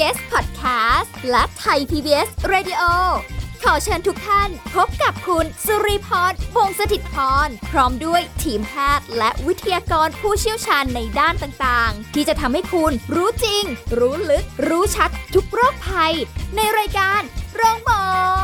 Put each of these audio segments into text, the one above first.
PBS Podcast และ Thai PBS Radio ขอเชิญทุกท่านพบกับคุณสุริพร วงศ์สถิตพรพร้อมด้วยทีมแพทย์และวิทยากรผู้เชี่ยวชาญในด้านต่างๆที่จะทำให้คุณรู้จริงรู้ลึกรู้ชัดทุกโรคภัยในรายการโรงหมอ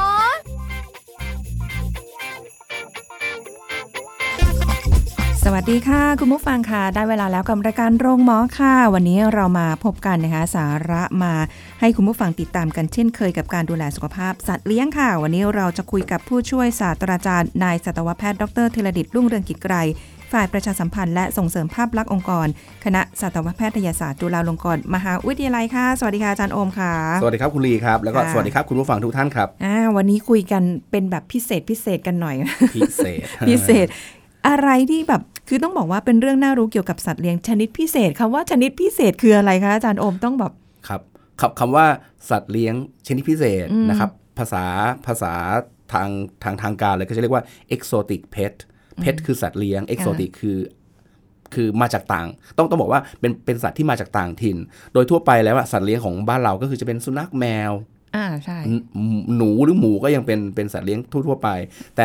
สวัสดีค่ะคุณผู้ฟังค่ะได้เวลาแล้วกับรายการโรงหมอค่ะวันนี้เรามาพบกันนะคะสาระมาให้คุณผู้ฟังติดตามกันเช่นเคยกับการดูแลสุขภาพสัตว์เลี้ยงค่ะวันนี้เราจะคุยกับผู้ช่วยศาสตราจารย์นายสัตวแพทย์ดร.ธีรดิษฐ์รุ่งเรืองกิจไกรฝ่ายประชาสัมพันธ์และส่งเสริมภาพลักษณ์องค์กรคณะสัตวแพทยศาสตร์จุฬาลงกรณ์มหาวิทยาลัยค่ะสวัสดีค่ะอาจารย์โอมค่ะสวัสดีครับคุณลีครับแล้วก็สวัสดีครับคุณผู้ฟังทุกท่านครับวันนี้คุยกันเป็นแบบพิเศษกันหน่อยพิเศษอะไรที่แบบคือต้องบอกว่าเป็นเรื่องน่ารู้เกี่ยวกับสัตว์เลี้ยงชนิดพิเศษคำว่าชนิดพิเศษคืออะไรคะอาจารย์โอมต้องแบบครับคำว่าสัตว์เลี้ยงชนิดพิเศษนะครับภาษาทางการเลยก็จะเรียกว่า exotic pet คือสัตว์เลี้ยง exotic คือมาจากต่างต้องบอกว่าเป็นสัตว์ที่มาจากต่างถิ่นโดยทั่วไปแล้วสัตว์เลี้ยงของบ้านเราก็คือจะเป็นสุนัขแมวใช่หนูหรือหมูก็ยังเป็นสัตว์เลี้ยงทั่วไปแต่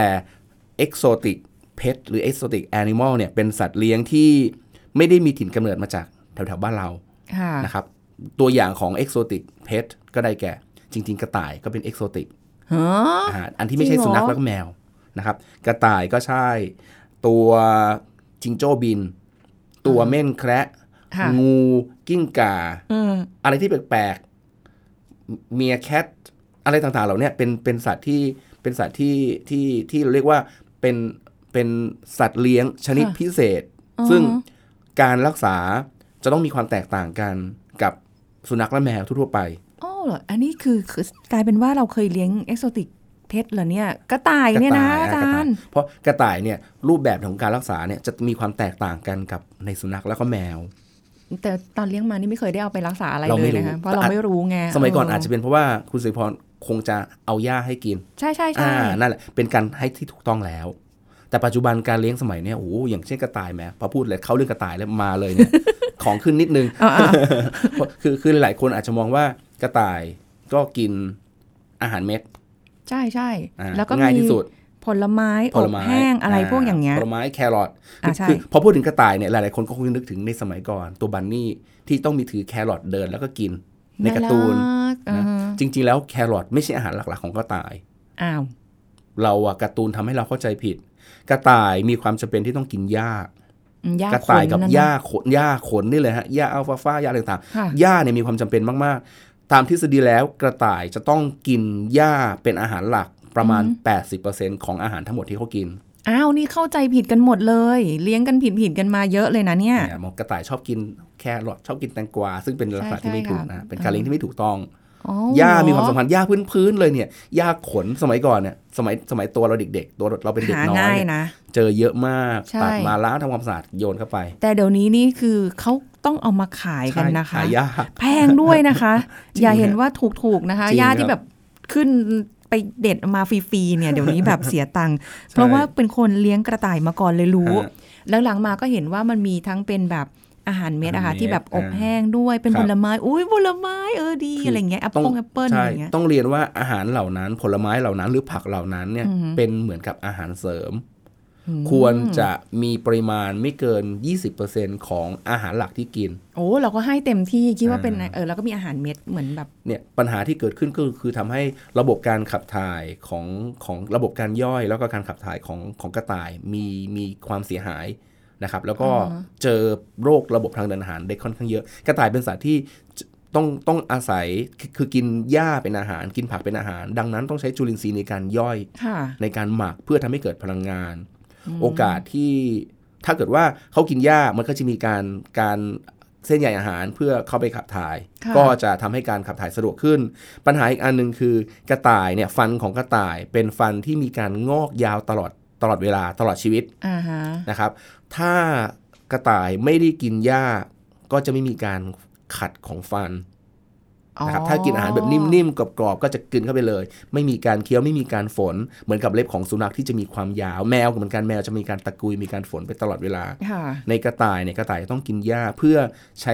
exotic pet หรือ exotic animal เนี่ยเป็นสัตว์เลี้ยงที่ไม่ได้มีถิ่นกำเนิดมาจากแถวบ้านเรานะครับตัวอย่างของ exotic pet ก็ได้แก่จริงๆกระต่ายก็เป็น exotic อันที่ไม่ใช่สุนัขแล้วก็แมวนะครับกระต่ายก็ใช่ตัวจิงโจ้บินตัวเม่นแคระงูกิ้งก่าอะไรที่แปลกๆเมียแคทอะไรต่างๆเหล่านี้เป็นสัตว์ที่เราเรียกว่าเป็นสัตว์เลี้ยงชนิดพิเศษซึ่งการรักษาจะต้องมีความแตกต่างกันกับสุนัขและแมวทั่วไปเหรออันนี้คือกลายเป็นว่าเราเคยเลี้ยงเอ็กโซติกเพทเหรอเนี่ยกระต่ายเนี่ยนะอาจารย์เพราะกระต่ายเนี่ยรูปแบบของการรักษาเนี่ยจะมีความแตกต่างกันกับในสุนัขแล้วก็แมวแต่ตอนเลี้ยงมานี่ไม่เคยได้เอาไปรักษาอะไรเลยนะคะเพราะเราไม่รู้ไงสมัยก่อนอาจจะเป็นเพราะว่าคุณสิริพรคงจะเอาหญ้าให้กินใช่นั่นแหละเป็นการให้ที่ถูกต้องแล้วแต่ปัจจุบันการเลี้ยงสมัยนี้อย่างเช่นกระต่ายแม้พอพูดเลยเข้าเรื่องกระต่ายแล้วมาเลยเนี่ย ของขึ้นนิดนึง คือหลายคนอาจจะมองว่ากระต่ายก็กินอาหารเม็ดใช่แล้วก็ง่ายที่สุดผลไม้อบแห้งอะไรพวกอย่างเงี้ยผลไม้แครอทคือพอพูดถึงกระต่ายเนี่ยหลายๆคนก็คงนึกถึงในสมัยก่อนตัวบันนี่ที่ต้องมีถือแครอทเดินแล้วก็กินในการ์ตูนนะจริงๆแล้วแครอทไม่ใช่อาหารหลักๆของกระต่ายเราการ์ตูนทำให้เราเข้าใจผิดกระต่ายมีความจำเป็นที่ต้องกินหญ้ากระต่ายกับหญ้าขนนี่เลยฮะหญ้าอัลฟาฟาหญ้าอะไรต่างๆหญ้าเนี่ยมีความจำเป็นมากๆตามทฤษฎีแล้วกระต่ายจะต้องกินหญ้าเป็นอาหารหลักประมาณ 80% ของอาหารทั้งหมดที่เขากินนี่เข้าใจผิดกันหมดเลยเลี้ยงกันผิดกันมาเยอะเลยนะเนี่ยกระต่ายชอบกินแครอทชอบกินแตงกวาซึ่งเป็นลักษณะที่ไม่ถูกนะเป็นการเลี้ยงที่ไม่ถูกต้องหญ้ามีความสัมพันธ์หญ้าพื้นเลยเนี่ยหญ้าขนสมัยก่อนเนี่ยสมัยตัวเราเด็กๆตัวเราเป็นเด็กน้อยนะเจอเยอะมากตัดมาล้างทำความสะอาดโยนเข้าไปแต่เดี๋ยวนี้นี่คือเขาต้องเอามาขายกันนะคะแพงด้วยนะคะ อย่าเห็นว่าถูกนะคะหญ้าที่แบบขึ้นไปเด็ดมาฟรีๆเนี่ยเดี๋ยวนี้แบบเสียตังค์เพราะว่าเป็นคนเลี้ยงกระต่ายมาก่อนเลยรู้แล้วหลังมาก็เห็นว่ามันมีทั้งเป็นแบบอาหารเม็ดที่แบบอบแห้งด้วยเป็นผลไม้ผลไม้ดีอะไรเงี้ยแอปเปิ้ลอะไรเงี้ยต้องเรียนว่าอาหารเหล่านั้นผลไม้เหล่านั้นหรือผักเหล่านั้นเนี่ยเป็นเหมือนกับอาหารเสริมควรจะมีปริมาณไม่เกิน 20% ของอาหารหลักที่กินเราก็ให้เต็มที่คิดว่าเป็นแล้วก็มีอาหารเม็ดเหมือนแบบเนี่ยปัญหาที่เกิดขึ้นก็คือทำให้ระบบการขับถ่ายของระบบการย่อยแล้วก็การขับถ่ายของกระต่ายมีความเสียหายนะครับแล้วก็เจอโรคระบบทางเดินอาหารได้ค่อนข้างเยอะกระต่ายเป็นสัตว์ที่ต้องอาศัยคือกินหญ้าเป็นอาหารกินผักเป็นอาหารดังนั้นต้องใช้จุลินทรีย์ในการย่อยในการหมักเพื่อทำให้เกิดพลังงานโอกาสที่ถ้าเกิดว่าเขากินหญ้ามันก็จะมีการเส้นใยอาหารเพื่อเข้าไปขับถ่ายก็จะทำให้การขับถ่ายสะดวกขึ้นปัญหาอีกอันนึงคือกระต่ายเนี่ยฟันของกระต่ายเป็นฟันที่มีการงอกยาวตลอดเวลาตลอดชีวิตนะครับถ้ากระต่ายไม่ได้กินหญ้าก็จะไม่มีการขัดของฟันนะครับถ้ากินอาหารแบบนิ่มๆกรอบๆก็จะกินเข้าไปเลยไม่มีการเคี้ยวไม่มีการฝนเหมือนกับเล็บของสุนัขที่จะมีความยาวแมวเหมือนกันแมวจะมีการตะกุยมีการฝนไปตลอดเวลาในกระต่ายต้องกินหญ้าเพื่อใช้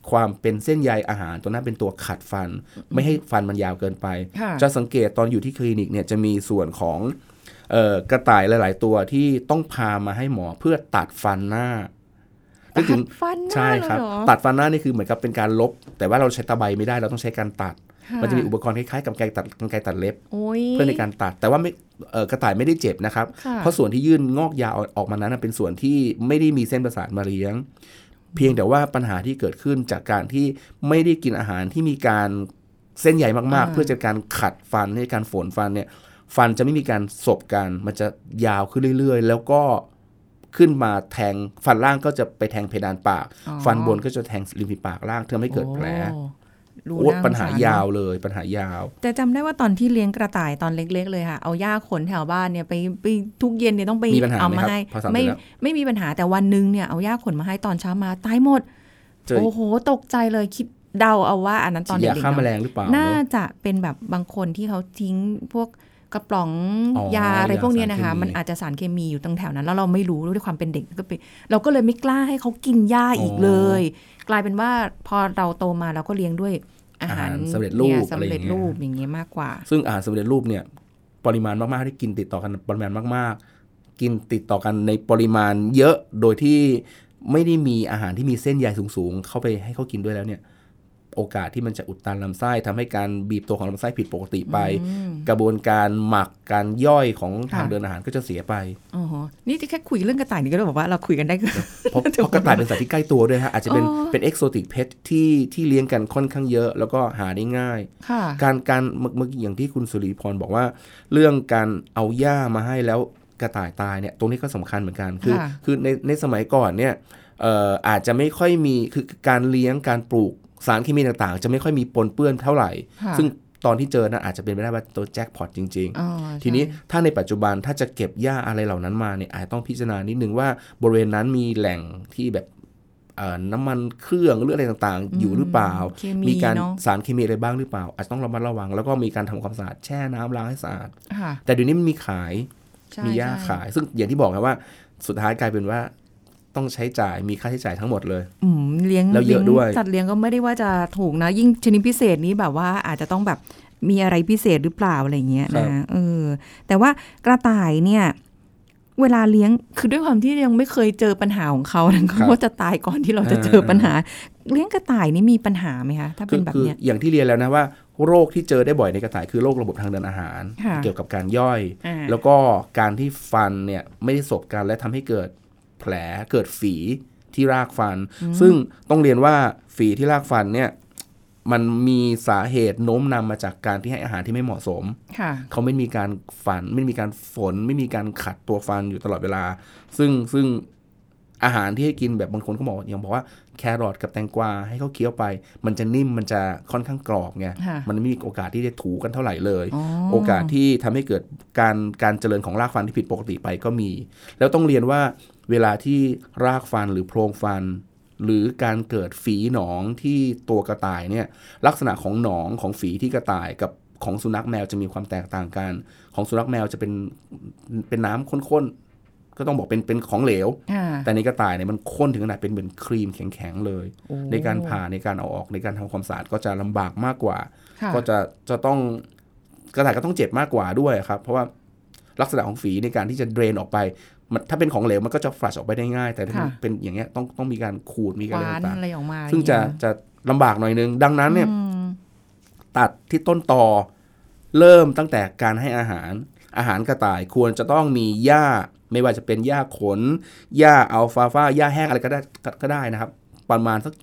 ความเป็นเส้นใยอาหารตัวนั้นเป็นตัวขัดฟันไม่ให้ฟันมันยาวเกินไปจะสังเกตตอนอยู่ที่คลินิกเนี่ยจะมีส่วนของกระต่ายหลายๆตัวที่ต้องพามาให้หมอเพื่อตัดฟันหน้าตัดฟันหน้าใช่ครับตัดฟันหน้านี่คือเหมือนกับเป็นการลบแต่ว่าเราใช้ตะไบไม่ได้เราต้องใช้การตัดมันจะมีอุปกรณ์คล้ายๆกับกรรไกรตัดเล็บเพื่อในการตัดแต่ว่าไม่กระต่ายไม่ได้เจ็บนะครับเพราะส่วนที่ยื่นงอกยาวออกมานั้นเป็นส่วนที่ไม่ได้มีเส้นประสาทมาเลี้ยงเพียงแต่ว่าปัญหาที่เกิดขึ้นจากการที่ไม่ได้กินอาหารที่มีการเส้นใยมากๆเพื่อจะการขัดฟันให้การฝนฟันเนี่ยฟันจะไม่มีการสบกันมันจะยาวขึ้นเรื่อยๆแล้วก็ขึ้นมาแทงฟันล่างก็จะไปแทงเพดานปากฟันบนก็จะแทงริมฝีปากล่างทำให้เกิดแผลปัญหายาวเลยปัญหายาวแต่จำได้ว่าตอนที่เลี้ยงกระต่ายตอนเล็กๆเลยค่ะเอาหญ้าขนแถวบ้านเนี่ยไปทุกเย็นเนี่ยต้องไปเอามาให้ไม่มีปัญหาแต่วันนึงเนี่ยเอาหญ้าขนมาให้ตอนเช้ามาตายหมดโอ้โหตกใจเลยคิดเดาเอาว่าอันนั้นตอนเด็กๆฆ่าแมลงหรือเปล่าน่าจะเป็นแบบบางคนที่เขาทิ้งพวกกระป๋องยาอะไรพวกนี้นะคะมันอาจจะสารเคมีอยู่ตรงแถวนั้นแล้วเราไม่รู้ด้วยความเป็นเด็กเราก็เลยไม่กล้าให้เขากินหญ้าอีกเลยกลายเป็นว่าพอเราโตมาเราก็เลี้ยงด้วยอาหารสำเร็จรูปอย่างเงี้ยมากกว่าซึ่งอาหารสำเร็จรูปเนี่ยปริมาณมากๆที่กินติดต่อกันปริมาณมากๆกินติดต่อกันในปริมาณเยอะโดยที่ไม่ได้มีอาหารที่มีเส้นใยสูงๆเข้าไปให้เขากินด้วยแล้วเนี่ยโอกาสที่มันจะอุดตันลำไส้ทำให้การบีบตัวของลำไส้ผิดปกติไปกระบวนการหมักการย่อยของทางเดินอาหารก็จะเสียไปอ๋อนี่แค่คุยเรื่องกระต่ายนี่ก็เลยบอกว่าเราคุยกันได้เพราะกระต่ายเป็นสัตว์ที่ใกล้ตัวด้วยฮะอาจจะเป็นเอ็กโซติกเพทที่เลี้ยงกันค่อนข้างเยอะแล้วก็หาได้ง่ายการเมื่อกี้อย่างที่คุณสุริพรบอกว่าเรื่องการเอาหญ้ามาให้แล้วกระต่ายตายเนี่ยตรงนี้ก็สำคัญเหมือนกันคือในสมัยก่อนเนี่ยอาจจะไม่ค่อยมีคือการเลี้ยงการปลูกสารเคมีต่างๆจะไม่ค่อยมีปนเปื้อนเท่าไหร่ซึ่งตอนที่เจอนะอาจจะเป็นไปได้ว่าตัวแจ็คพอตจริงๆทีนี้ถ้าในปัจจุบันถ้าจะเก็บหญ้าอะไรเหล่านั้นมาเนี่ยอาจต้องพิจารณานิดนึงว่าบริเวณนั้นมีแหล่งที่แบบน้ำมันเครื่องหรืออะไรต่างๆอยู่หรือเปล่ามีการสารเคมีอะไรบ้างหรือเปล่าอาจต้องระมัดระวังแล้วก็มีการทำความสะอาดแช่น้ำล้างให้สะอาดแต่เดี๋ยวนี้มันมีขายมีหญ้าขายซึ่งอย่างที่บอกครับว่าสุดท้ายกลายเป็นว่าต้องใช้จ่ายมีค่าใช้จ่ายทั้งหมดเลยเลี้ยงแล้วเยอะด้วยสัตว์เลี้ยงก็ไม่ได้ว่าจะถูกนะยิ่งชนิดพิเศษนี้แบบว่าอาจจะต้องแบบมีอะไรพิเศษหรือเปล่าอะไรเงี้ยนะแต่ว่ากระต่ายเนี่ยเวลาเลี้ยงคือด้วยความที่ยังไม่เคยเจอปัญหาของเขาเขาจะตายก่อนที่เราจะเจอปัญหาเลี้ยงกระต่ายนี่มีปัญหาไหมคะถ้าเป็นแบบเนี้ยอย่างที่เรียนแล้วนะว่าโรคที่เจอได้บ่อยในกระต่ายคือโรคระบบทางเดินอาหารเกี่ยวกับการย่อยแล้วก็การที่ฟันเนี่ยไม่ได้สบกันและทำให้เกิดแผลเกิดฝีที่รากฟันซึ่งต้องเรียนว่าฝีที่รากฟันเนี่ยมันมีสาเหตุโน้มนำมาจากการที่ให้อาหารที่ไม่เหมาะสมเขาไม่มีการฝันไม่มีการฝนไม่มีการขัดตัวฟันอยู่ตลอดเวลาซึ่งอาหารที่ให้กินแบบบางคนก็บอกอย่างบอกว่าแครอทกับแตงกวาให้เขาเคี้ยวไปมันจะนิ่มมันจะค่อนข้างกรอบไงมันไม่มีโอกาสที่จะถูกันเท่าไหร่เลยโอกาสที่ทำให้เกิดการเจริญของรากฟันที่ผิดปกติไปก็มีแล้วต้องเรียนว่าเวลาที่รากฟันหรือโพรงฟันหรือการเกิดฝีหนองที่ตัวกระต่ายเนี่ยลักษณะของหนองของฝีที่กระต่ายกับของสุนัขแมวจะมีความแตกต่างกันของสุนัขแมวจะเป็นน้ำข้นๆก็ต้องบอกเป็นของเหลวแต่ในกระต่ายเนี่ยมันข้นถึงขนาดเป็นเหมือนครีมแข็งๆเลยในการผ่าในการเอาออกในการทำความสะอาดก็จะลำบากมากกว่าก็จะต้องกระต่ายก็ต้องเจ็บมากกว่าด้วยครับเพราะว่าลักษณะของฝีในการที่จะเดรนออกไปถ้าเป็นของเหลวมันก็จะฟลัชออกไปได้ง่ายแต่ถ้าเป็นอย่างเงี้ยต้องมีการขูดมีการอะไรต่างๆซึ่งจะลำบากหน่อยนึงดังนั้นเนี่ยตัดที่ต้นตอเริ่มตั้งแต่การให้อาหารกระต่ายควรจะต้องมีหญ้าไม่ว่าจะเป็นหญ้าขนหญ้าอัลฟาฟาหญ้าแห้งอะไรก็ได้นะครับประมาณสัก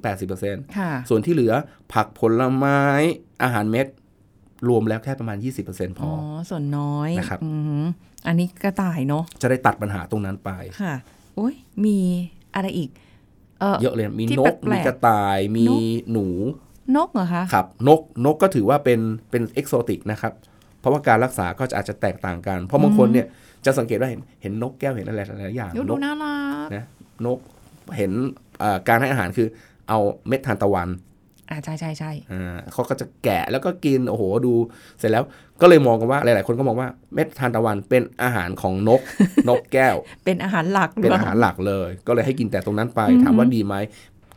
70-80% ส่วนที่เหลือผักผลไม้อาหารเม็ดรวมแล้วแค่ประมาณ 20% พอส่วนน้อยนะครับอันนี้กระต่ายเนาะจะได้ตัดปัญหาตรงนั้นไปค่ะโอ้ยมีอะไรอีกเยอะเลยมีนกมีกระต่ายมีหนูนกเหรอคะครับนกก็ถือว่าเป็นเอกโซติกนะครับเพราะว่าการรักษาก็อาจจะแตกต่างกันเพราะบางคนเนี่ยจะสังเกตว่าเห็นนกแก้วเห็นอะไรหลายอย่างนกน่ารักนะนกเห็นการให้อาหารคือเอาเม็ดทานตะวันใช่เขาก็จะแกะแล้วก็กินโอ้โหดูเสร็จแล้วก็เลยมองกันว่าหลายๆคนก็มองว่าเม็ดทานตะวันเป็นอาหารของนกแก้วเป็นอาหารหลักเป็นอาหารหลักเลยก็เลยให้กินแต่ตรงนั้นไปถามว่าดีไหม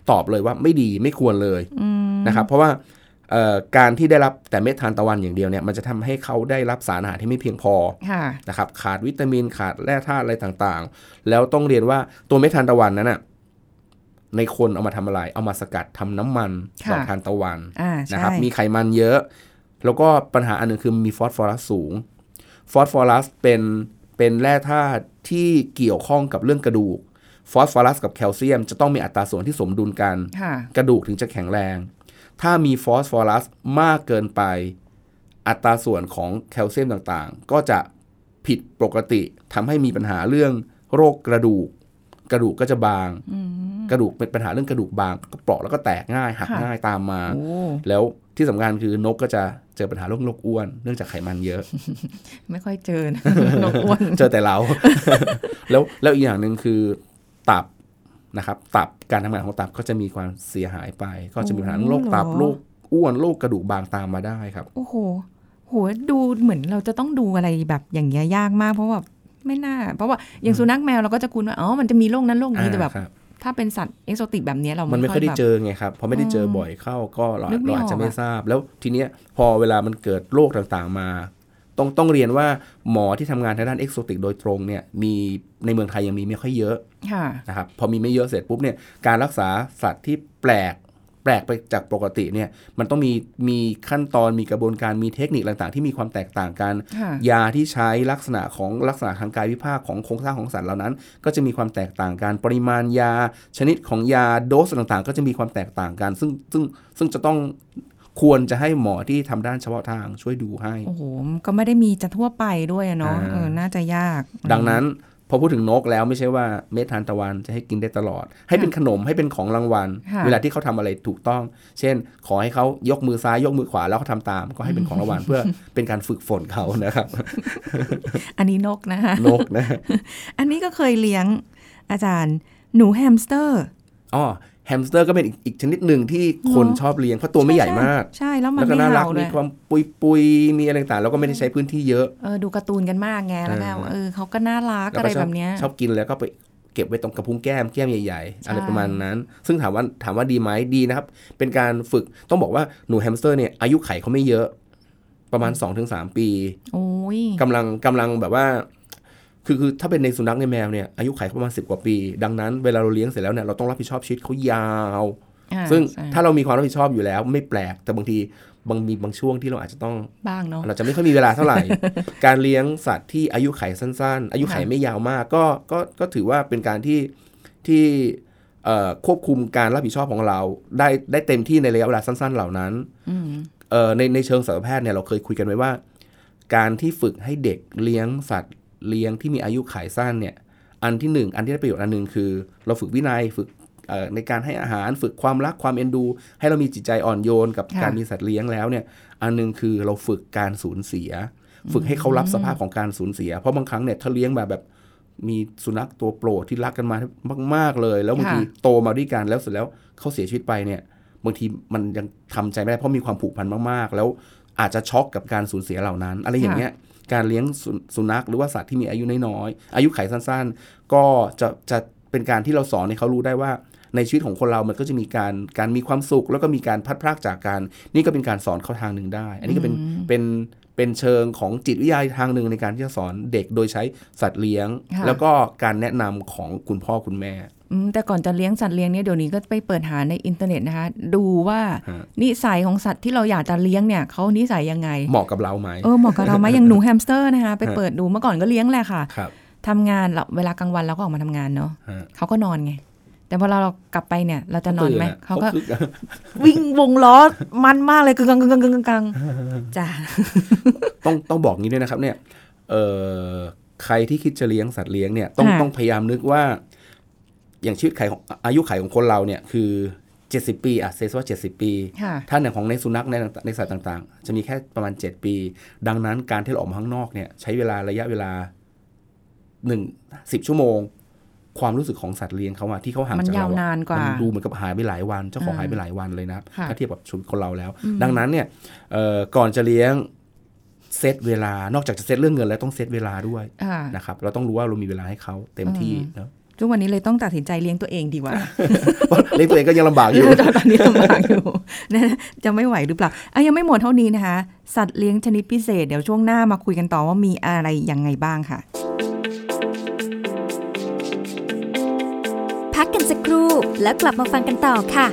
ตอบเลยว่าไม่ดีไม่ควรเลยนะครับเพราะว่าการที่ได้รับแต่เม็ดทานตะวันอย่างเดียวเนี่ยมันจะทำให้เขาได้รับสารอาหารที่ไม่เพียงพอนะครับขาดวิตามินขาดแร่ธาตุอะไรต่างๆแล้วต้องเรียนว่าตัวเม็ดทานตะวันนั้นน่ะในคนเอามาทำอะไรเอามาสกัดทำน้ำมันดอกทานตะวันนะครับมีไขมันเยอะแล้วก็ปัญหาอันนึงคือมีฟอสฟอรัสสูงฟอสฟอรัสเป็นแร่ธาตุที่เกี่ยวข้องกับเรื่องกระดูกฟอสฟอรัสกับแคลเซียมจะต้องมีอัตราส่วนที่สมดุลกันกระดูกถึงจะแข็งแรงถ้ามีฟอสฟอรัสมากเกินไปอัตราส่วนของแคลเซียมต่างๆก็จะผิดปกติทำให้มีปัญหาเรื่องโรคกระดูกก็จะบางกระดูกเป็นปัญหาเรื่องกระดูกบางก็เปราะแล้วก็แตกง่ายหักง่ายตามมาแล้วที่สำคัญคือนกก็จะเจอปัญหาโรคอ้วนเนื่องจากไขมันเยอะไม่ค่อยเจอ นกอ้วนเจอแต่เรา แล้วอีกอย่างนึงคือตับนะครับตับการทำงานของตับก็จะมีความเสียหายไปก็จะมีปัญหาโรคตับโรคอ้วนโรคกระดูกบางตามมาได้ครับโอ้โหดูเหมือนเราจะต้องดูอะไรแบบอย่างเงี้ยยากมากเพราะว่าไม่น่าเพราะว่าอย่างสุนัขแมวเราก็จะคุ้นว่ามันจะมีโรคนั้นโรคนี้แต่แบบถ้าเป็นสัตว์เอ็กโซติกแบบนี้เรามันไม่ค่อยได้เจอไงครับพอไม่ได้เจอบ่อยเข้าก็เราอาจจะไม่ทราบแล้วทีเนี้ยพอเวลามันเกิดโรคต่างๆมาต้องเรียนว่าหมอที่ทำงานทางด้านเอ็กโซติกโดยตรงเนี่ยมีในเมืองไทยยังมีไม่ค่อยเยอะนะครับพอมีไม่เยอะเสร็จปุ๊บเนี่ยการรักษาสัตว์ที่แปลกไปจากปกติเนี่ยมันต้องมีขั้นตอนมีกระบวนการมีเทคนิคต่างๆที่มีความแตกต่างกันยาที่ใช้ลักษณะทางกายวิภาคของโครงสร้างของสัตว์เหล่านั้นก็จะมีความแตกต่างกันปริมาณยาชนิดของยาโดสต่างๆก็จะมีความแตกต่างกันซึ่งจะต้องควรจะให้หมอที่ทำด้านเฉพาะทางช่วยดูให้โอ้โหก็ไม่ได้มีจะทั่วไปด้วยเนาะน่าจะยากดังนั้นพอพูดถึงนกแล้วไม่ใช่ว่าเม็ดทานตะวันจะให้กินได้ตลอดให้เป็นขนมให้เป็นของรางวัลเวลาที่เขาทำอะไรถูกต้องเช่นขอให้เขายกมือซ้ายยกมือขวาแล้วเขาทำตามก็ให้เป็นของรางวัลเพื่อเป็นการฝึกฝนเขานะครับอันนี้นกนะคะนกนะอันนี้ก็เคยเลี้ยงอาจารย์หนูแฮมสเตอร์แฮมสเตอร์ก็เป็นอีกชนิดหนึ่งที่คนชอบเลี้ยงเพราะตัวไม่ใหญ่มากใช่แล้วมันไม่เห่าเลยมีความปุยมีอะไรต่างๆแล้วก็ไม่ได้ใช้พื้นที่เยอะดูการ์ตูนกันมากไงแล้วก็เขาก็น่ารักอะไรแบบนี้ชอบกินแล้วก็ไปเก็บไว้ตรงกระพุ้งแก้มใหญ่ๆอะไรประมาณนั้นซึ่งถามว่าดีไหมดีนะครับเป็นการฝึกต้องบอกว่าหนูแฮมสเตอร์เนี่ยอายุไขเขาไม่เยอะประมาณ 2-3 ปีกำลังแบบว่าคือถ้าเป็นในสุนัขในแมวเนี่ยอายุขัยประมาณ10 กว่าปีดังนั้นเวลาเราเลี้ยงเสร็จแล้วเนี่ยเราต้องรับผิดชอบชีวิตเขายาวซึ่งถ้าเรามีความรับผิดชอบอยู่แล้วไม่แปลกแต่บางทีบางช่วงที่เราอาจจะต้องบ้างเนาะเราจะไม่ค่อยมีเวลาเท่าไหร่ การเลี้ยงสัตว์ที่อายุขัยสั้นๆอายุขัยไม่ยาวมากก็ถือว่าเป็นการที่ควบคุมการรับผิดชอบของเราได้เต็มที่ในระยะเวลาสั้นๆเหล่านั้นในเชิงสัตวแพทย์เนี่ยเราเคยคุยกันไว้ว่าการที่ฝึกให้เด็กเลี้ยงสัตว์เลี้ยงที่มีอายุขัยสั้นเนี่ยอันที่ได้ประโยชน์อันนึงคือเราฝึกวินัยฝึกในการให้อาหารฝึกความรักความเอ็นดูให้เรามีจิตใจอ่อนโยนกับการมีสัตว์เลี้ยงแล้วเนี่ยอันนึงคือเราฝึกการสูญเสียฝึกให้เขารับสภาพของการสูญเสียเพราะบางครั้งเนี่ยถ้าเลี้ยงแบบมีสุนัขตัวโปรดที่รักกันมามากๆเลยแล้วบางทีโตมาด้วยกันแล้วเสร็จแล้วเขาเสียชีวิตไปเนี่ยบางทีมันยังทำใจไม่ได้เพราะมีความผูกพันมากๆแล้วอาจจะช็อกกับการสูญเสียเหล่านั้นอะไรอย่างเงี้ยการเลี้ยงสุนัขหรือว่าสัตว์ที่มีอายุน้อยๆอายุขัยสั้นๆก็จะเป็นการที่เราสอนให้เขารู้ได้ว่าในชีวิตของคนเรามันก็จะมีการมีความสุขแล้วก็มีการพัดพรากจากกันนี่ก็เป็นการสอนเขาทางหนึ่งได้อันนี้ก็เป็นเชิงของจิตวิทยาทางหนึ่งในการที่จะสอนเด็กโดยใช้สัตว์เลี้ยงแล้วก็การแนะนำของคุณพ่อคุณแม่แต่ก่อนจะเลี้ยงสัตว์เลี้ยงเนี่ยเดี๋ยวนี้ก็ไปเปิดหาในอินเทอร์เน็ตนะคะดูว่านิสัยของสัตว์ที่เราอยากจะเลี้ยงเนี่ยเขานิสัยยังไงเหมาะกับเราไหมเหมาะกับเราไหมอย่างหนูแฮมสเตอร์นะคะไปเปิดดูเมื่อก่อนก็เลี้ยงแหละค่ะทำงานเวลากลางวันเราก็ออกมาทำงานเนาะเขาก็นอนไงแต่พอเรากลับไปเนี่ยเราจะนอนไหมเขาก็วิ่งวงล้อมันมากเลยกึ่งจ้าต้องบอกงี้ด้วยนะครับเนี่ยใครที่คิดจะเลี้ยงสัตว์เลี้ยงเนี่ยต้องพยายามนึกว่าอย่างชีวิตของอายุขัยของคนเราเนี่ยคือ70 ปีเซซว่า70 ปีถ้าอย่างของในสุนัขในสัตว์ต่างๆจะมีแค่ประมาณ7 ปีดังนั้นการที่เราออกมาข้างนอกเนี่ยใช้ระยะเวลา10 ชั่วโมงความรู้สึกของสัตว์เลี้ยงเขาที่เขาห่างจากเรามันดูเหมือนกับหายไปหลายวันเจ้าของหายไปหลายวันเลยนะถ้าเทียบกับชีวิตคนเราแล้วดังนั้นเนี่ยก่อนจะเลี้ยงเซตเวลานอกจากจะเซตเรื่องเงินแล้วต้องเซตเวลาด้วยนะครับเราต้องรู้ว่าเรามีเวลาให้เขาเต็มที่เนาะทุกวันนี้เลยต้องตัดสินใจเลี้ยงตัวเองดีกว่าเลี้ยงตัวเองก็ยังลำบากอยู่ตอนนี้ลำบากอยู่นะจะไม่ไหวหรือเปล่ายังไม่หมดเท่านี้นะคะสัตว์เลี้ยงชนิดพิเศษเดี๋ยวช่วงหน้ามาคุยกันต่อว่ามีอะไรยังไงบ้างค่ะพักกันสักครู่แล้วกลับมาฟังกันต่อค่ะ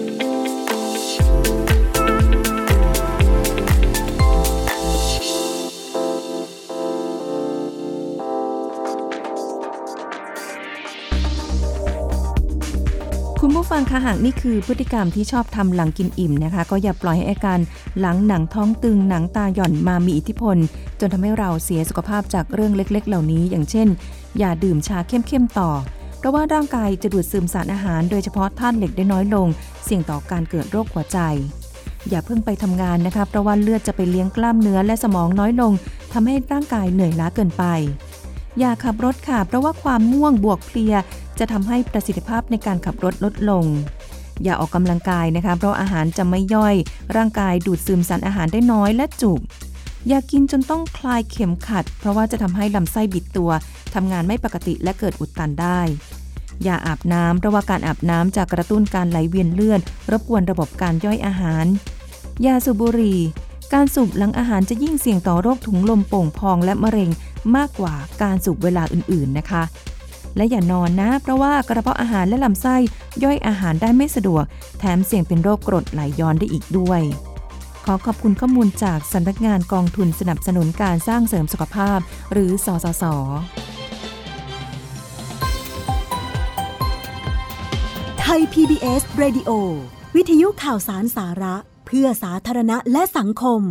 คุณผู้ฟังคะหากนี่คือพฤติกรรมที่ชอบทำหลังกินอิ่มนะคะก็อย่าปล่อยให้อาการหลังหนังท้องตึงหนังตาหย่อนมามีอิทธิพลจนทำให้เราเสียสุขภาพจากเรื่องเล็กๆเหล่านี้อย่างเช่นอย่าดื่มชาเข้มๆต่อเพราะว่าร่างกายจะดูดซึมสารอาหารโดยเฉพาะธาตุเหล็กได้น้อยลงเสี่ยงต่อการเกิดโรคหัวใจอย่าเพิ่งไปทำงานนะคะเพราะว่าเลือดจะไปเลี้ยงกล้ามเนื้อและสมองน้อยลงทำให้ร่างกายเหนื่อยล้าเกินไปอย่าขับรถค่ะเพราะว่าความง่วงบวกเพลียจะทำให้ประสิทธิภาพในการขับรถลดลงอย่าออกกำลังกายนะคะเพราะอาหารจะไม่ย่อยร่างกายดูดซึมสารอาหารได้น้อยและจุกอย่ากินจนต้องคลายเข็มขัดเพราะว่าจะทำให้ลำไส้บิดตัวทำงานไม่ปกติและเกิดอุดตันได้อย่าอาบน้ำเพราะว่าการอาบน้ำจะกระตุ้นการไหลเวียนเลือดรบกวนระบบการย่อยอาหารอย่าสูบบุหรี่การสูบหลังอาหารจะยิ่งเสี่ยงต่อโรคถุงลมโป่งพองและมะเร็งมากกว่าการสูบเวลาอื่นๆนะคะและอย่านอนนะเพราะว่ากระเพาะอาหารและลำไส้ย่อยอาหารได้ไม่สะดวกแถมเสี่ยงเป็นโรคกรดไหลย้อนได้อีกด้วยขอขอบคุณข้อมูลจากสำนักงานกองทุนสนับสนุนการสร้างเสริมสุขภาพหรือสสส. ไทย PBS Radio วิทยุข่าวสารสาระเพื่อสาธารณะและสังคม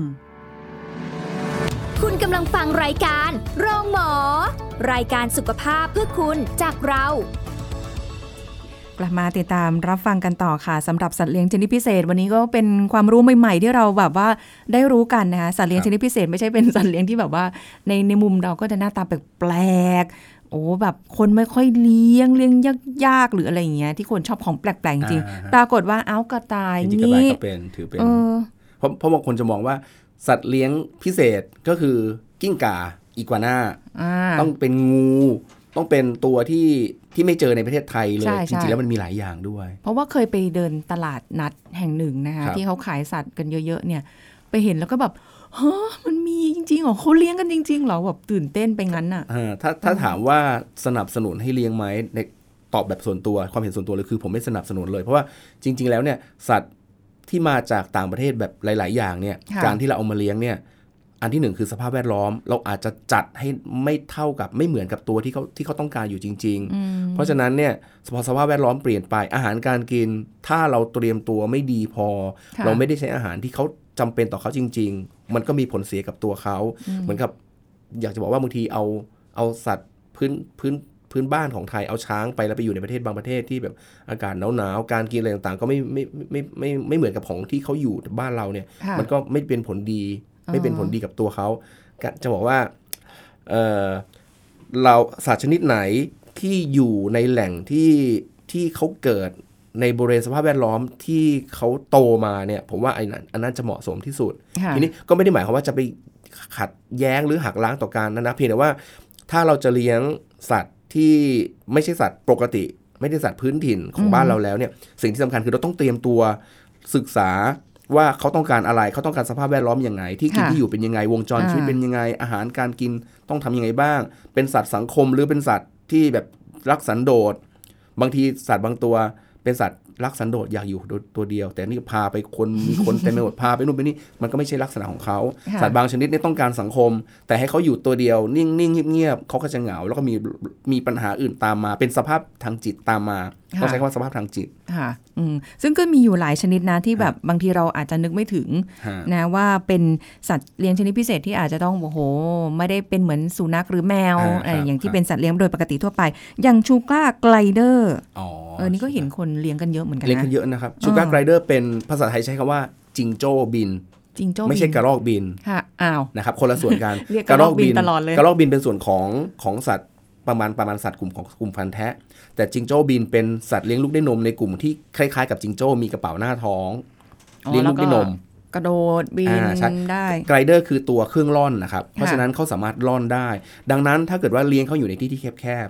คุณกำลังฟังรายการโรงหมอรายการสุขภาพเพื่อคุณจากเรากลับมาติดตามรับฟังกันต่อค่ะสำหรับสัตว์เลี้ยงชนิดพิเศษวันนี้ก็เป็นความรู้ใหม่ๆที่เราแบบว่าได้รู้กันนะคะสัตว์เลี้ยงชนิดพิเศษไม่ใช่เป็นสัตว์เลี้ยงที่แบบว่าในมุมเราก็จะหน้าตาแปลกๆโอ้แบบคนไม่ค่อยเลี้ยงยากๆหรืออะไรอย่างเงี้ยที่คนชอบของแปลกๆจริงปรากฏว่าเอ้ากระต่ายนี่ก็เป็นถือเป็นเพราะบางคนจะมองว่าสัตว์เลี้ยงพิเศษก็คือกิ้งก่าอีกัวน่าต้องเป็นงูต้องเป็นตัวที่ไม่เจอในประเทศไทยเลยจริงๆแล้วมันมีหลายอย่างด้วยเพราะว่าเคยไปเดินตลาดนัดแห่งหนึ่งนะคะที่เขาขายสัตว์กันเยอะๆเนี่ยไปเห็นแล้วก็แบบฮะมันมีจริงๆเหรอเขาเลี้ยงกันจริงๆเหรอแบบตื่นเต้นไปงั้นน่ะถ้าถามว่าสนับสนุนให้เลี้ยงไหมในตอบแบบส่วนตัวความเห็นส่วนตัวเลยคือผมไม่สนับสนุนเลยเพราะว่าจริงๆแล้วเนี่ยสัตว์ที่มาจากต่างประเทศแบบหลายๆอย่างเนี่ยการที่เราเอามาเลี้ยงเนี่ยอันที่หนึ่งคือสภาพแวดล้อมเราอาจจะจัดให้ไม่เท่ากับไม่เหมือนกับตัวที่เขาต้องการอยู่จริงๆเพราะฉะนั้นเนี่ยพอสภาพแวดล้อมเปลี่ยนไปอาหารการกินถ้าเราเตรียมตัวไม่ดีพอเราไม่ได้ใช้อาหารที่เขาจำเป็นต่อเขาจริงๆมันก็มีผลเสียกับตัวเขาเหมือนกับอยากจะบอกว่าบางทีเอาสัตว์พื้นบ้านของไทยเอาช้างไปแล้วไปอยู่ในประเทศบางประเทศที่แบบอากาศหนาวการกินอะไรต่างๆก็ไม่เหมือนกับของที่เขาอยู่บ้านเราเนี่ยมันก็ไม่เป็นผลดีไม่เป็นผลดีกับตัวเขาจะบอกว่าเราสัตว์ชนิดไหนที่อยู่ในแหล่งที่เขาเกิดในบริเวณสภาพแวดล้อมที่เขาโตมาเนี่ยผมว่าอันนั้นจะเหมาะสมที่สุดทีนี้ก็ไม่ได้หมายความว่าจะไปขัดแย้งหรือหักล้างต่อการนะเพียงแต่ว่าถ้าเราจะเลี้ยงสัตว์ที่ไม่ใช่สัตว์ปกติไม่ใช่สัตว์พื้นถิ่นของบ้านเราแล้วเนี่ยสิ่งที่สำคัญคือเราต้องเตรียมตัวศึกษาว่าเขาต้องการอะไรเขาต้องการสภาพแวดล้อมยังไงที่กินที่อยู่เป็นยังไงวงจรชีวิตเป็นยังไงอาหารการกินต้องทำยังไงบ้างเป็นสัตว์สังคมหรือเป็นสัตว์ที่แบบรักสันโดษบางทีสัตว์บางตัวเป็นสัตว์รักสันโดษอยากอยู่ตัวเดียวแต่นี่พาไปมีคนเต็มไปหมดพาไปนู่นไปนี่มันก็ไม่ใช่ลักษณะของเขาสัตว์บางชนิดนี่ต้องการสังคมแต่ให้เขาอยู่ตัวเดียวนิ่งๆเงียบๆเขาก็จะเหงาแล้วก็มีปัญหาอื่นตามมาเป็นสภาพทางจิตตามมาต้องใช้คำว่าสภาพทางจิตค่ะซึ่งก็มีอยู่หลายชนิดนะที่แบบบางทีเราอาจจะนึกไม่ถึงนะว่าเป็นสัตว์เลี้ยงชนิดพิเศษที่อาจจะต้องโอ้โหไม่ได้เป็นเหมือนสุนัขหรือแมวอย่างที่เป็นสัตว์เลี้ยงโดยปกติทั่วไปอย่างชูก้าไกลเดอร์นี่ก็เห็นคนเลี้ยงกันเยอะเหมือนกันนะเลี้ยงกันเยอะนะครับชูก้าไกลเดอร์เป็นภาษาไทยใช้คำว่าจิงโจ้บินไม่ใช่กระรอกบินนะครับคนละส่วนกันกระรอกบินตลอดเลยกระรอกบินเป็นส่วนของสัตว์ประมาณสัตว์กลุ่มของกลุ่มพันธุ์แท้แต่จิงโจ้บินเป็นสัตว์เลี้ยงลูกด้วยนมในกลุ่มที่คล้ายๆกับจิงโจ้มีกระเป๋าหน้าท้องเลี้ยงลูกด้วยนมกระโดดบินได้ไกลเดอร์คือตัวเครื่องล่อนนะครับเพราะฉะนั้นเขาสามารถล่อนได้ดังนั้นถ้าเกิดว่าเลี้ยงเขาอยู่ในที่แคบ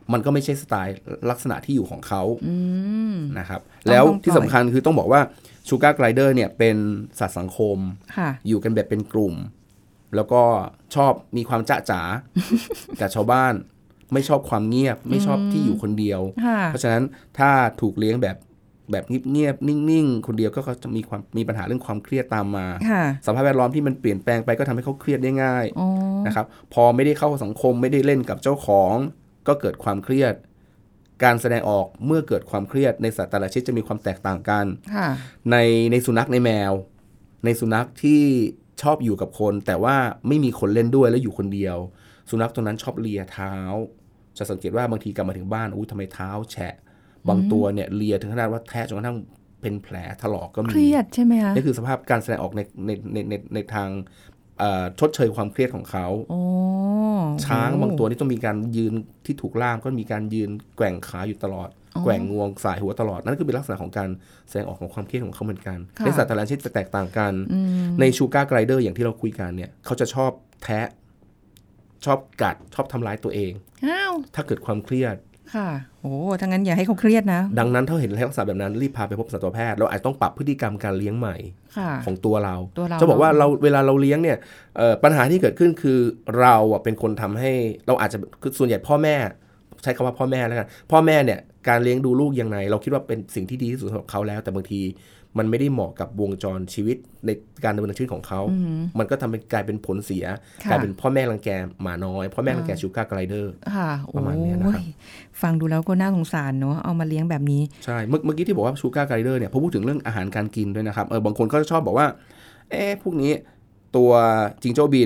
มันก็ไม่ใช่สไตล์ลักษณะที่อยู่ของเขานะครับแล้วที่สำคัญคือต้องบอกว่าชูการ์ไกลเดอร์เนี่ยเป็นสัตว์สังคมอยู่กันแบบเป็นกลุ่มแล้วก็ชอบมีความจ๊ะจ๋า กับชาวบ้านไม่ชอบความเงียบไม่ชอบที่อยู่คนเดียวเพราะฉะนั้นถ้าถูกเลี้ยงแบบเงียบๆนิ่งๆคนเดียวก็จะมีปัญหาเรื่องความเครียดตามมาสภาพแวดล้อมที่มันเปลี่ยนแปลงไปก็ทำให้เขาเครียดได้ง่ายนะครับพอไม่ได้เข้าสังคมไม่ได้เล่นกับเจ้าของก็เกิดความเครียดการแสดงออกเมื่อเกิดความเครียดในสัตว์แต่ละชนิดจะมีความแตกต่างกันในสุนัขในแมวในสุนัขที่ชอบอยู่กับคนแต่ว่าไม่มีคนเล่นด้วยแล้วอยู่คนเดียวสุนัขตัวนั้นชอบเลียเท้าจะสังเกตว่าบางทีกลับมาถึงบ้านทำไมเท้าแฉะบางตัวเนี่ยเลียถึงขนาดว่าแทะจนกระทั่งเป็นแผลถลอกก็มีเครียดใช่ไหมคะนี่คือสภาพการแสดงออกในทางชดเชยความเครียดของเขาช้างบางตัวนี่ต้องมีการยืนที่ถูกล่ามก็มีการยืนแกว่งขาอยู่ตลอดแกว่งงวงสายหัวตลอดนั่นคือเป็นลักษณะของการแสดงออกของความเครียดของเขาเหมือนกันในสัตว์แต่ละชนิดจะแตกต่างกันในชูการ์ไกลเดอร์อย่างที่เราคุยกันเนี่ยเขาจะชอบแทะชอบกัดชอบทำร้ายตัวเองถ้าเกิดความเครียดค่ะโอ้ถ้างั้นอย่าให้เขาเครียดนะดังนั้นถ้าเห็นลักษณะแบบนั้นรีบพาไปพบสัตวแพทย์เราอาจต้องปรับพฤติกรรมการเลี้ยงใหม่ของตัวเราจะบอกว่าเวลาเราเลี้ยงเนี่ยปัญหาที่เกิดขึ้นคือเราเป็นคนทำให้เราอาจจะส่วนใหญ่พ่อแม่ใช้คำว่าพ่อแม่แล้วกันพ่อแม่เนี่ยการเลี้ยงดูลูกยังไงเราคิดว่าเป็นสิ่งที่ดีที่สุดสำหรับเขาแล้วแต่บางทีมันไม่ได้เหมาะกับวงจรชีวิตในการดำเนินชีวิตของเขามันก็ทำให้กลายเป็นผลเสียกลายเป็นพ่อแม่รังแกหมาน้อยพ่อแม่รังแกชูการ์ไกลเดอร์ประมาณนี้นะครับฟังดูแล้วก็น่าสงสารเนาะเอามาเลี้ยงแบบนี้ใช่เมื่อกี้ที่บอกว่าชูการ์ไกลเดอร์เนี่ยพอพูดถึงเรื่องอาหารการกินด้วยนะครับบางคนก็ชอบบอกว่าพวกนี้ตัวจิงโจ้บิน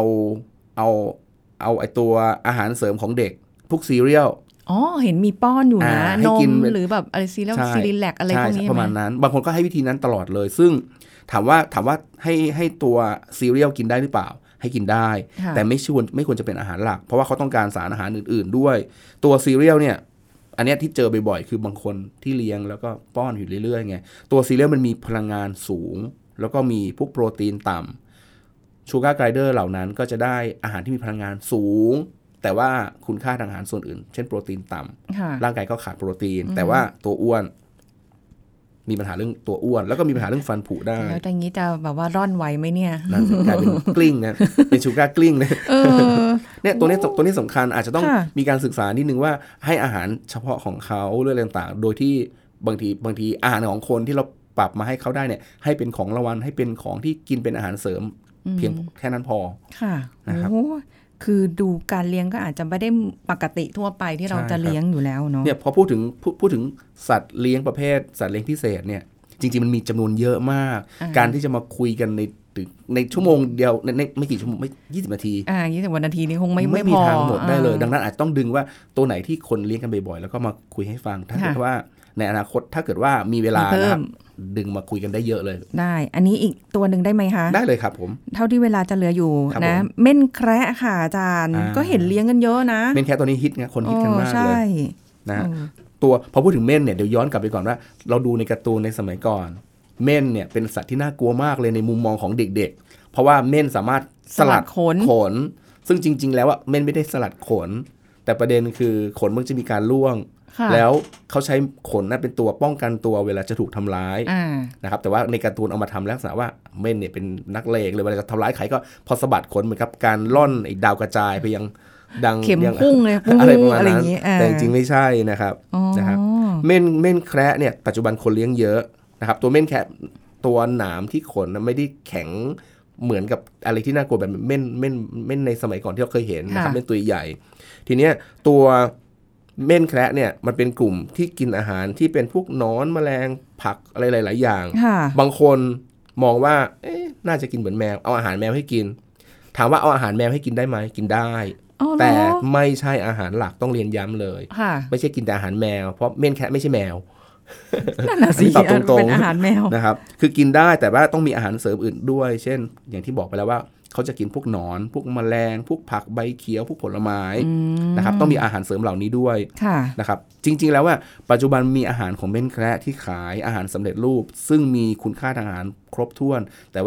เอาไอตัวอาหารเสริมของเด็กพวกซีเรียลเห็นมีป้อนอยู่นะนมหรือแบบอะไรซีรีแลกอะไรพวกนี้ประมาณนั้นบางคนก็ให้วิธีนั้นตลอดเลยซึ่งถามว่าให้ตัวซีเรียลกินได้หรือเปล่าให้กินได้แต่ไม่ควรจะเป็นอาหารหลักเพราะว่าเขาต้องการสารอาหารอื่นๆด้วยตัวซีเรียลเนี่ยอันนี้ที่เจอบ่อยๆคือบางคนที่เลี้ยงแล้วก็ป้อนอยู่เรื่อยๆไงตัวซีเรียลมันมีพลังงานสูงแล้วก็มีพวกโปรตีนต่ำชูการ์ไกลเดอร์เหล่านั้นก็จะได้อาหารที่มีพลังงานสูงแต่ว่าคุณค่าทางอาหารส่วนอื่นเช่นโปรตีนต่ำร่างกายก็ขาดโปรตีนแต่ว่าตัวอ้วนมีปัญหาเรื่องตัวอ้วนแล้วก็มีปัญหาเรื่องฟันผุได้แล้วอย่างนี้จะแบบว่าร่อนไหวไหมเนี่ยกลายเป็นกลิ้งนะเป็นชูการ์กลิ้งนะเนี่ยตัวนี้สำคัญอาจจะต้องมีการศึกษานิดนึงว่าให้อาหารเฉพาะของเขาเรื่องต่างๆโดยที่บางทีอาหารของคนที่เราปรับมาให้เขาได้เนี่ยให้เป็นของรางวัลให้เป็นของที่กินเป็นอาหารเสริมเพียงแค่นั้นพอนะครับคือดูการเลี้ยงก็อาจจะไม่ได้ปกติทั่วไปที่เราจะเลี้ยงอยู่แล้วเนาะเนี่ยพอพูดถึงสัตว์เลี้ยงประเภทสัตว์เลี้ยงพิเศษเนี่ยจริงๆมันมีจำนวนเยอะมากการที่จะมาคุยกันในชั่วโมงเดียวในไม่กี่ชั่วโมงไม่20 นาที 20 นาทีนี่คงไม่มีทางหมดได้เลยดังนั้นอาจต้องดึงว่าตัวไหนที่คนเลี้ยงกันบ่อยๆแล้วก็มาคุยให้ฟังถ้าเกิดว่าในอนาคตถ้าเกิดว่ามีเวลานะครับดึงมาคุยกันได้เยอะเลยได้อันนี้อีกตัวหนึ่งได้ไหมคะได้เลยครับผมเท่าที่เวลาจะเหลืออยู่นะเม่นแคระค่ะอาจารย์ก็เห็นเลี้ยงกันเยอะนะเม่นแคระตัวนี้ฮิตไงคนฮิตกันมากเลยนะตัวพอพูดถึงเม่นเนี่ยเดี๋ยวย้อนกลับไปก่อนว่าเราดูในการ์ตูนในสมัยก่อนเม่นเนี่ยเป็นสัตว์ที่น่ากลัวมากเลยในมุมมองของเด็กๆเพราะว่าเม่นสามารถสลัดขนซึ่งจริงๆแล้วเม่นไม่ได้สลัดขนแต่ประเด็นคือขนมันจะมีการร่วงแล้วเขาใช้ขนนั้นเป็นตัวป้องกันตัวเวลาจะถูกทำร้ายนะครับแต่ว่าในการ์ตูนเอามาทำลักษณะว่าเม่นเนี่ยเป็นนักเลงเลยเวลาจะทำร้ายใครก็พอสะบัดขนเหมือนกับการล่อนไอ้ดาวกระจายไปยังดังเข็มพุ่งเลยอะไรประมาณนั้นแต่จริงๆไม่ใช่นะครับเม่นแคระเนี่ยปัจจุบันคนเลี้ยงเยอะนะครับตัวเม่นแคระตัวหนามที่ขนไม่ได้แข็งเหมือนกับอะไรที่น่ากลัวแบบเม่นในสมัยก่อนที่เราเคยเห็นนะครับเม่นตัวใหญ่ทีเนี้ยตัวเม่นแคระเนี่ยมันเป็นกลุ่มที่กินอาหารที่เป็นพวกหนอนแมลงผักอะไรหลายๆอย่างบางคนมองว่าน่าจะกินเหมือนแมวเอาอาหารแมวให้กินถามว่าเอาอาหารแมวให้กินได้ไหมกินได้แต่ไม่ใช่อาหารหลักต้องเรียนย้ำเลยไม่ใช่กินแต่อาหารแมวเพราะเม่นแคระไม่ใช่แมวนั่นน่ะสิเป็นอาหารแมวนะครับคือกินได้แต่ว่าต้องมีอาหารเสริมอื่นด้วยเช่นอย่างที่บอกไปแล้วว่าเขาจะกินพวกหนอนพวกแมลงพวกผักใบเขียวพวกผลไม้นะครับต้องมีอาหารเสริมเหล่านี้ด้วยนะครับจริงๆแล้วว่าปัจจุบันมีอาหารของเม่นแคระที่ขายอาหารสำเร็จรูปซึ่งมีคุณค่าทางอาหารครบถ้วนแต่ว่า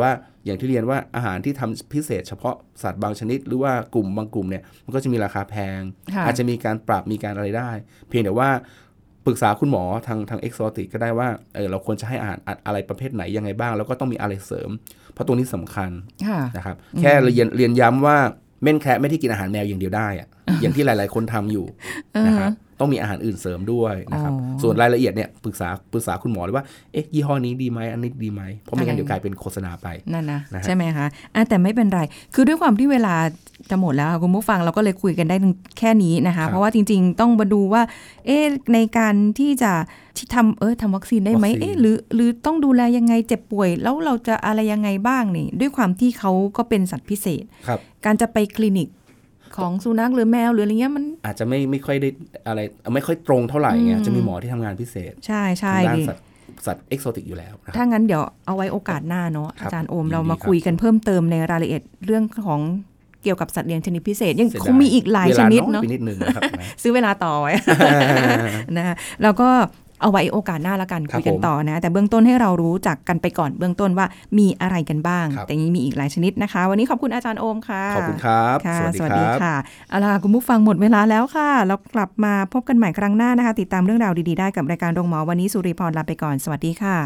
อย่างที่เรียนว่าอาหารที่ทำพิเศษเฉพาะสัตว์บางชนิดหรือว่ากลุ่มบางกลุ่มเนี่ยมันก็จะมีราคาแพงอาจจะมีการปรับมีการอะไรได้เพียงแต่ว่าปรึกษาคุณหมอทางเอ็กโซติกก็ได้ว่าเราควรจะให้อาหารอะไรประเภทไหนยังไงบ้างแล้วก็ต้องมีอะไรเสริมเพราะตรงนี้สำคัญนะครับแค่เรียนย้ำว่าเม่นแคระไม่ได้กินอาหารแมวอย่างเดียวได้อะอย่างที่หลายๆคนทำอยู่นะครับต้องมีอาหารอื่นเสริมด้วยนะครับส่วนรายละเอียดเนี่ยปรึกษาคุณหมอเลยว่ายี่ห้อนี้ดีไหมอันนี้ดีไหมเพราะไม่งั้นเดี๋ยวกลายเป็นโฆษณาไปนั่นนะใช่ไหมคะแต่ไม่เป็นไรคือด้วยความที่เวลาจะหมดแล้วคุณผู้ฟังเราก็เลยคุยกันได้แค่นี้นะคะเพราะว่าจริงๆต้องมาดูว่าในการที่จะทำวัคซีนได้ไหมหรือต้องดูแลยังไงเจ็บป่วยแล้วเราจะอะไรยังไงบ้างนี่ด้วยความที่เขาก็เป็นสัตว์พิเศษการจะไปคลินิกของสุนัขหรือแมวหรืออะไรเงี้ยมันอาจจะไม่ค่อยได้อะไรไม่ค่อยตรงเท่าไหร่ไงจะมีหมอที่ทำงานพิเศษใช่ใช่ด้านสัตว์เอกโซติกอยู่แล้วถ้างั้นเดี๋ยวเอาไว้โอกาสหน้าเนาะอาจารย์โอมเรามาคุยกันเพิ่มเติมในรายละเอียดเรื่องของเกี่ยวกับสัตว์เลี้ยงชนิดพิเศษยังคงมีอีกหลายชนิดเนาะซื้อเวลาต่อไว้ นะแล้วก็เอาไว้โอกาสหน้าละกันคุยกันต่อนะแต่เบื้องต้นให้เรารู้จักกันไปก่อนเบื้องต้นว่ามีอะไรกันบ้างแต่นี้มีอีกหลายชนิดนะคะวันนี้ขอบคุณอาจารย์โอมค่ะขอบคุณครับสวัสดีค่ะเอาล่ะคุณผู้ฟังหมดเวลาแล้วค่ะแล้วกลับมาพบกันใหม่ครั้งหน้านะคะติดตามเรื่องราวดีๆได้กับรายการโรงหมอวันนี้สุริพรลาไปก่อนสวัสดีค่ะ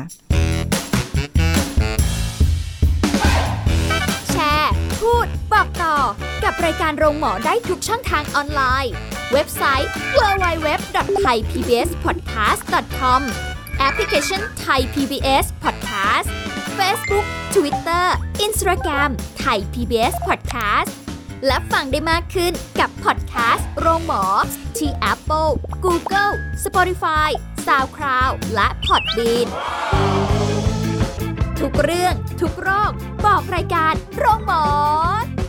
แชร์พูดบอกต่อกับรายการโรงหมอได้ทุกช่องทางออนไลน์เว็บไซต์ www.thaipbspodcast.com แอปพลิเคชัน Thai PBS Podcast Facebook Twitter Instagram Thai PBS Podcast และฟังได้มากขึ้นกับพอดแคสต์โรงหมอที่ Apple, Google, Spotify, SoundCloud และ Podbean ทุกเรื่องทุกโรคบอกรายการโรงหมอ